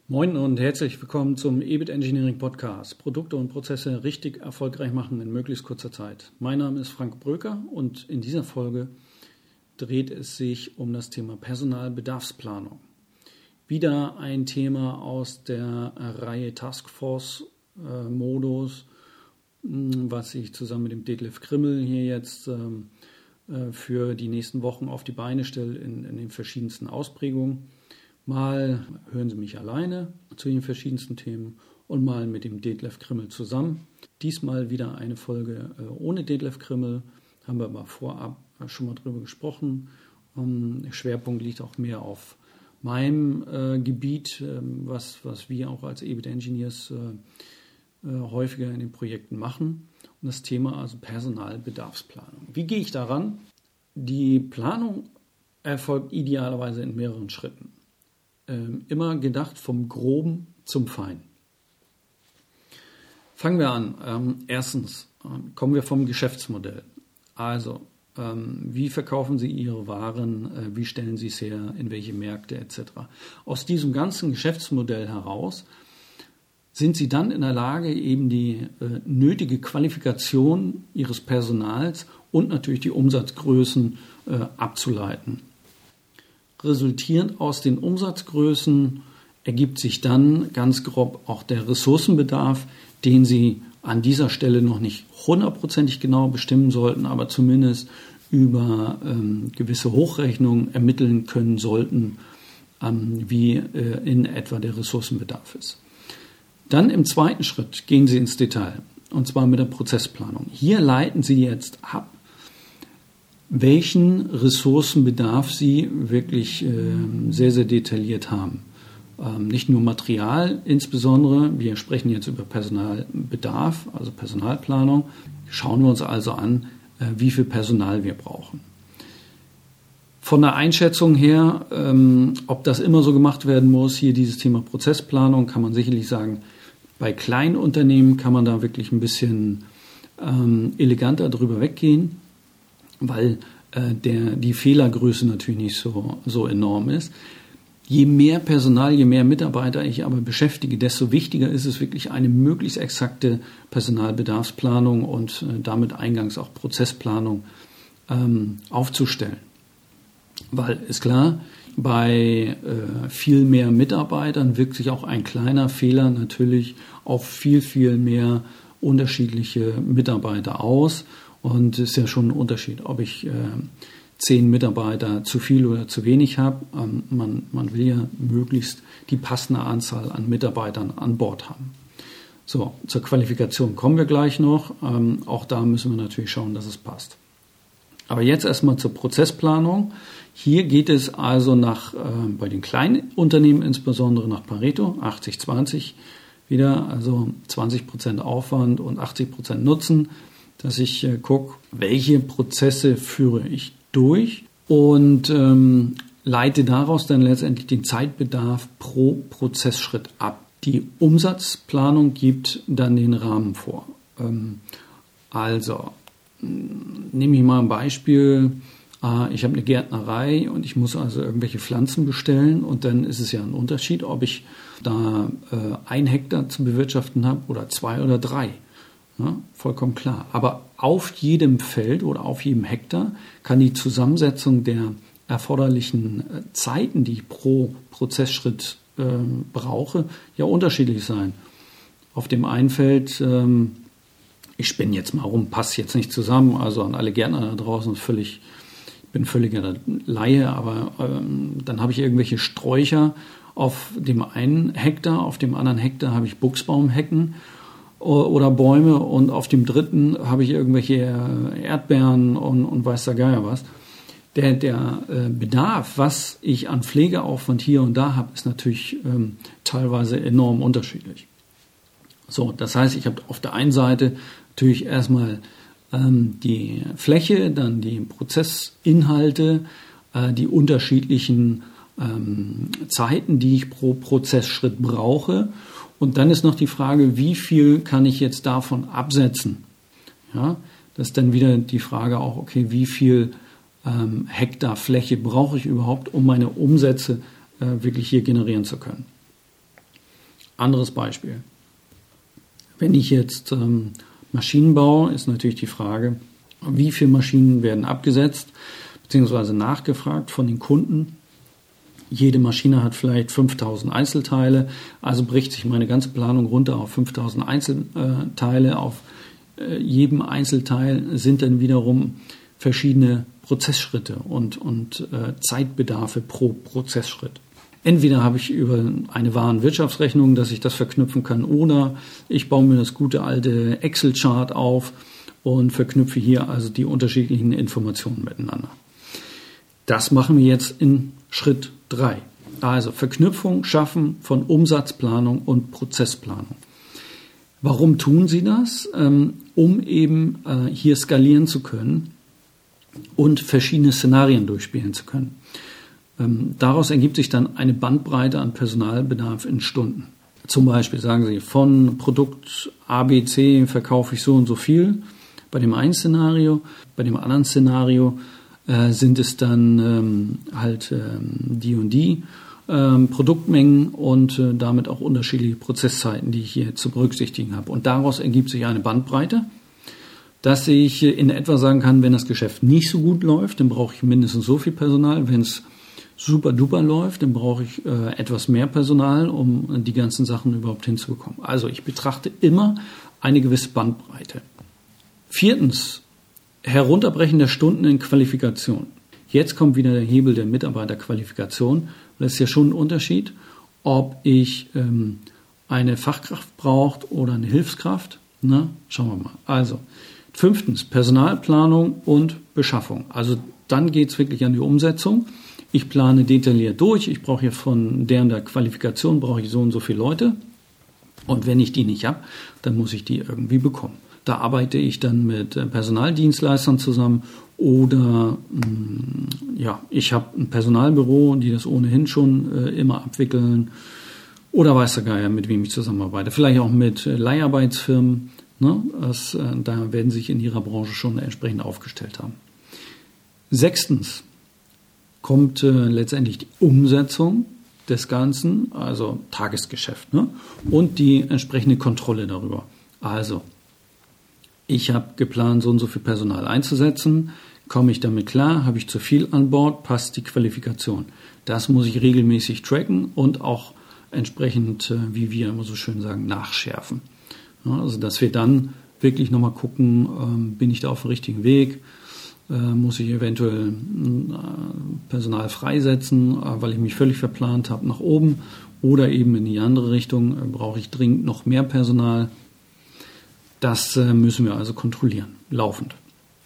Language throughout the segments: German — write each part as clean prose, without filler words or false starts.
Moin und herzlich willkommen zum EBIT Engineering Podcast. Produkte und Prozesse richtig erfolgreich machen in möglichst kurzer Zeit. Mein Name ist Frank Bröker und in dieser Folge dreht es sich um das Thema Personalbedarfsplanung. Wieder ein Thema aus der Reihe Taskforce-Modus, was ich zusammen mit dem Detlef Krimmel hier jetzt für die nächsten Wochen auf die Beine stelle in den verschiedensten Ausprägungen. Mal hören Sie mich alleine zu den verschiedensten Themen und mal mit dem Detlef Krimmel zusammen. Diesmal wieder eine Folge ohne Detlef Krimmel, haben wir aber vorab schon mal drüber gesprochen. Der Schwerpunkt liegt auch mehr auf meinem Gebiet, was wir auch als EBIT Engineers häufiger in den Projekten machen. Und das Thema also Personalbedarfsplanung. Wie gehe ich daran? Die Planung erfolgt idealerweise in mehreren Schritten. Immer gedacht vom Groben zum Feinen. Fangen wir an. Erstens kommen wir vom Geschäftsmodell. Also, wie verkaufen Sie Ihre Waren, wie stellen Sie es her, in welche Märkte etc. Aus diesem ganzen Geschäftsmodell heraus sind Sie dann in der Lage, eben die nötige Qualifikation Ihres Personals und natürlich die Umsatzgrößen abzuleiten. Resultierend aus den Umsatzgrößen ergibt sich dann ganz grob auch der Ressourcenbedarf, den Sie an dieser Stelle noch nicht hundertprozentig genau bestimmen sollten, aber zumindest über gewisse Hochrechnungen ermitteln können sollten, wie in etwa der Ressourcenbedarf ist. Dann im zweiten Schritt gehen Sie ins Detail, und zwar mit der Prozessplanung. Hier leiten Sie jetzt ab, welchen Ressourcenbedarf Sie wirklich sehr, sehr detailliert haben. Nicht nur Material insbesondere, wir sprechen jetzt über Personalbedarf, also Personalplanung. Schauen wir uns also an, wie viel Personal wir brauchen. Von der Einschätzung her, ob das immer so gemacht werden muss, hier dieses Thema Prozessplanung, kann man sicherlich sagen, bei kleinen Unternehmen kann man da wirklich ein bisschen eleganter drüber weggehen, weil die Fehlergröße natürlich nicht so enorm ist. Je mehr Personal, je mehr Mitarbeiter ich aber beschäftige, desto wichtiger ist es wirklich eine möglichst exakte Personalbedarfsplanung und damit eingangs auch Prozessplanung aufzustellen. Weil ist klar, bei viel mehr Mitarbeitern wirkt sich auch ein kleiner Fehler natürlich auf viel, viel mehr unterschiedliche Mitarbeiter aus. Und es ist ja schon ein Unterschied, ob ich 10 Mitarbeiter zu viel oder zu wenig habe. Man will ja möglichst die passende Anzahl an Mitarbeitern an Bord haben. So, zur Qualifikation kommen wir gleich noch. Auch da müssen wir natürlich schauen, dass es passt. Aber jetzt erstmal zur Prozessplanung. Hier geht es also bei den kleinen Unternehmen insbesondere nach Pareto, 80-20 wieder, also 20% Aufwand und 80% Nutzen, dass ich gucke, welche Prozesse führe ich durch und leite daraus dann letztendlich den Zeitbedarf pro Prozessschritt ab. Die Umsatzplanung gibt dann den Rahmen vor. Also nehme ich mal ein Beispiel. Ich habe eine Gärtnerei und ich muss also irgendwelche Pflanzen bestellen und dann ist es ja ein Unterschied, ob ich da 1 Hektar zu bewirtschaften habe oder 2 oder 3. Ja, vollkommen klar. Aber auf jedem Feld oder auf jedem Hektar kann die Zusammensetzung der erforderlichen Zeiten, die ich pro Prozessschritt brauche, ja unterschiedlich sein. Auf dem einen Feld, ich spinne jetzt mal rum, passt jetzt nicht zusammen, also an alle Gärtner da draußen, ich bin völliger Laie, aber dann habe ich irgendwelche Sträucher auf dem einen Hektar, auf dem anderen Hektar habe ich Buchsbaumhecken oder Bäume und auf dem dritten habe ich irgendwelche Erdbeeren und weiß der Geier was. Der Bedarf, was ich an Pflegeaufwand hier und da habe, ist natürlich teilweise enorm unterschiedlich. So, das heißt, ich habe auf der einen Seite natürlich erstmal die Fläche, dann die Prozessinhalte, die unterschiedlichen Zeiten, die ich pro Prozessschritt brauche. Und dann ist noch die Frage, wie viel kann ich jetzt davon absetzen? Ja, das ist dann wieder die Frage auch, okay, wie viel Hektar Fläche brauche ich überhaupt, um meine Umsätze wirklich hier generieren zu können. Anderes Beispiel. Wenn ich jetzt Maschinen baue, ist natürlich die Frage, wie viele Maschinen werden abgesetzt bzw. nachgefragt von den Kunden. Jede Maschine hat vielleicht 5000 Einzelteile, also bricht sich meine ganze Planung runter auf 5000 Einzelteile. Auf jedem Einzelteil sind dann wiederum verschiedene Prozessschritte und Zeitbedarfe pro Prozessschritt. Entweder habe ich über eine Warenwirtschaftsrechnung, dass ich das verknüpfen kann, oder ich baue mir das gute alte Excel-Chart auf und verknüpfe hier also die unterschiedlichen Informationen miteinander. Das machen wir jetzt in Schritt 3. Also Verknüpfung schaffen von Umsatzplanung und Prozessplanung. Warum tun Sie das? Um eben hier skalieren zu können und verschiedene Szenarien durchspielen zu können. Daraus ergibt sich dann eine Bandbreite an Personalbedarf in Stunden. Zum Beispiel sagen Sie, von Produkt ABC verkaufe ich so und so viel bei dem einen Szenario, bei dem anderen Szenario sind es dann die und die Produktmengen und damit auch unterschiedliche Prozesszeiten, die ich hier zu berücksichtigen habe. Und daraus ergibt sich eine Bandbreite, dass ich in etwa sagen kann, wenn das Geschäft nicht so gut läuft, dann brauche ich mindestens so viel Personal. Wenn es super duper läuft, dann brauche ich etwas mehr Personal, um die ganzen Sachen überhaupt hinzubekommen. Also ich betrachte immer eine gewisse Bandbreite. 4. Herunterbrechen der Stunden in Qualifikation. Jetzt kommt wieder der Hebel der Mitarbeiterqualifikation. Das ist ja schon ein Unterschied, ob ich eine Fachkraft brauche oder eine Hilfskraft. Na, schauen wir mal. Also 5. Personalplanung und Beschaffung. Also dann geht es wirklich an die Umsetzung. Ich plane detailliert durch. Ich brauche hier von der und der Qualifikation brauche ich so und so viele Leute. Und wenn ich die nicht habe, dann muss ich die irgendwie bekommen. Da arbeite ich dann mit Personaldienstleistern zusammen oder ich habe ein Personalbüro, die das ohnehin schon immer abwickeln oder weiß der Geier, mit wem ich zusammenarbeite. Vielleicht auch mit Leiharbeitsfirmen, ne? Da werden sich in ihrer Branche schon entsprechend aufgestellt haben. 6. kommt letztendlich die Umsetzung des Ganzen, also Tagesgeschäft, ne? Und die entsprechende Kontrolle darüber. Also ich habe geplant, so und so viel Personal einzusetzen. Komme ich damit klar? Habe ich zu viel an Bord? Passt die Qualifikation? Das muss ich regelmäßig tracken und auch entsprechend, wie wir immer so schön sagen, nachschärfen. Ja, also dass wir dann wirklich nochmal gucken, bin ich da auf dem richtigen Weg? Muss ich eventuell Personal freisetzen, weil ich mich völlig verplant habe nach oben oder eben in die andere Richtung, brauche ich dringend noch mehr Personal. Das müssen wir also kontrollieren, laufend.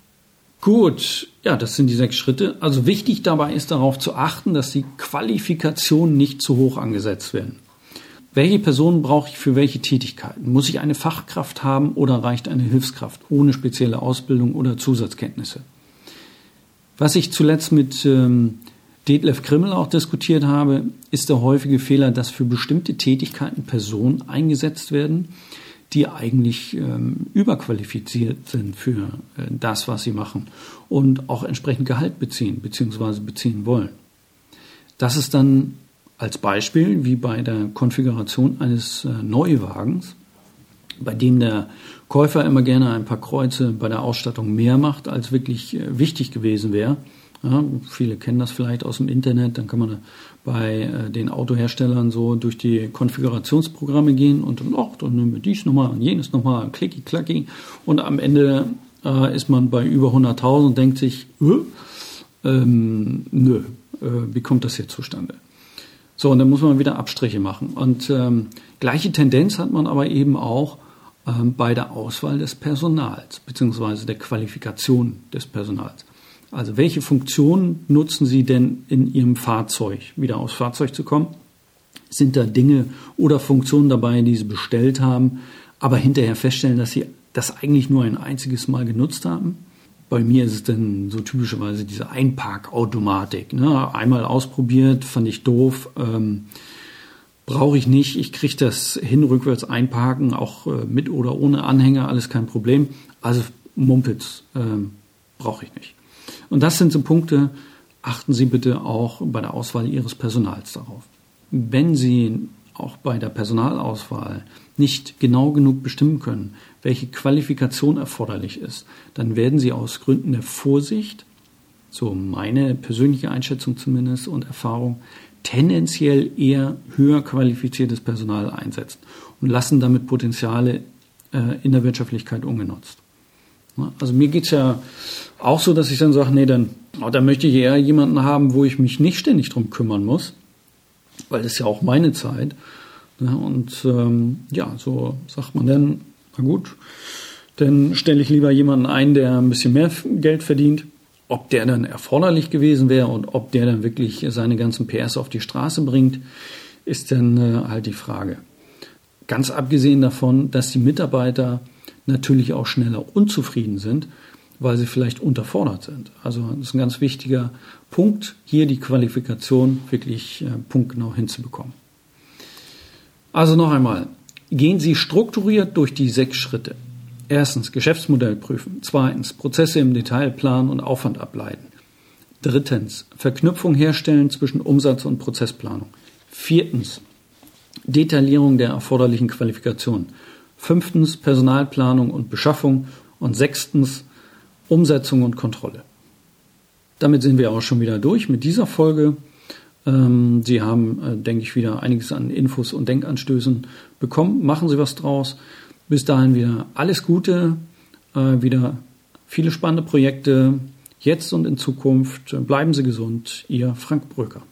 Gut, ja, das sind die 6 Schritte. Also wichtig dabei ist darauf zu achten, dass die Qualifikationen nicht zu hoch angesetzt werden. Welche Personen brauche ich für welche Tätigkeiten? Muss ich eine Fachkraft haben oder reicht eine Hilfskraft ohne spezielle Ausbildung oder Zusatzkenntnisse? Was ich zuletzt mit Detlef Krimmel auch diskutiert habe, ist der häufige Fehler, dass für bestimmte Tätigkeiten Personen eingesetzt werden, die eigentlich überqualifiziert sind für das, was sie machen und auch entsprechend Gehalt beziehen bzw. beziehen wollen. Das ist dann als Beispiel wie bei der Konfiguration eines Neuwagens, bei dem der Käufer immer gerne ein paar Kreuze bei der Ausstattung mehr macht, als wirklich wichtig gewesen wäre. Ja, viele kennen das vielleicht aus dem Internet, dann kann man bei den Autoherstellern so durch die Konfigurationsprogramme gehen und dann nehmen wir dies nochmal und jenes nochmal, klicki, klacki und am Ende ist man bei über 100.000 und denkt sich, wie kommt das hier zustande? So, und dann muss man wieder Abstriche machen. Und gleiche Tendenz hat man aber eben auch bei der Auswahl des Personals beziehungsweise der Qualifikation des Personals. Also welche Funktionen nutzen Sie denn in Ihrem Fahrzeug? Wieder aufs Fahrzeug zu kommen. Sind da Dinge oder Funktionen dabei, die Sie bestellt haben, aber hinterher feststellen, dass Sie das eigentlich nur ein einziges Mal genutzt haben? Bei mir ist es dann so typischerweise diese Einparkautomatik. Ne? Einmal ausprobiert, fand ich doof. Brauche ich nicht. Ich kriege das hin, rückwärts einparken, auch mit oder ohne Anhänger, alles kein Problem. Also Mumpitz brauche ich nicht. Und das sind so Punkte, achten Sie bitte auch bei der Auswahl Ihres Personals darauf. Wenn Sie auch bei der Personalauswahl nicht genau genug bestimmen können, welche Qualifikation erforderlich ist, dann werden Sie aus Gründen der Vorsicht, so meine persönliche Einschätzung zumindest und Erfahrung, tendenziell eher höher qualifiziertes Personal einsetzen und lassen damit Potenziale in der Wirtschaftlichkeit ungenutzt. Also mir geht es ja auch so, dass ich dann sage, nee, dann möchte ich eher jemanden haben, wo ich mich nicht ständig drum kümmern muss, weil das ist ja auch meine Zeit. Und so sagt man dann, na gut, dann stelle ich lieber jemanden ein, der ein bisschen mehr Geld verdient. Ob der dann erforderlich gewesen wäre und ob der dann wirklich seine ganzen PS auf die Straße bringt, ist dann halt die Frage. Ganz abgesehen davon, dass die Mitarbeiter natürlich auch schneller unzufrieden sind, weil sie vielleicht unterfordert sind. Also das ist ein ganz wichtiger Punkt, hier die Qualifikation wirklich punktgenau hinzubekommen. Also noch einmal, gehen Sie strukturiert durch die 6 Schritte. Erstens, Geschäftsmodell prüfen. Zweitens, Prozesse im Detail planen und Aufwand ableiten. Drittens, Verknüpfung herstellen zwischen Umsatz- und Prozessplanung. Viertens, Detaillierung der erforderlichen Qualifikationen. Fünftens, Personalplanung und Beschaffung. Und sechstens, Umsetzung und Kontrolle. Damit sind wir auch schon wieder durch mit dieser Folge. Sie haben, denke ich, wieder einiges an Infos und Denkanstößen bekommen. Machen Sie was draus. Bis dahin wieder alles Gute, wieder viele spannende Projekte, jetzt und in Zukunft. Bleiben Sie gesund, Ihr Frank Bröker.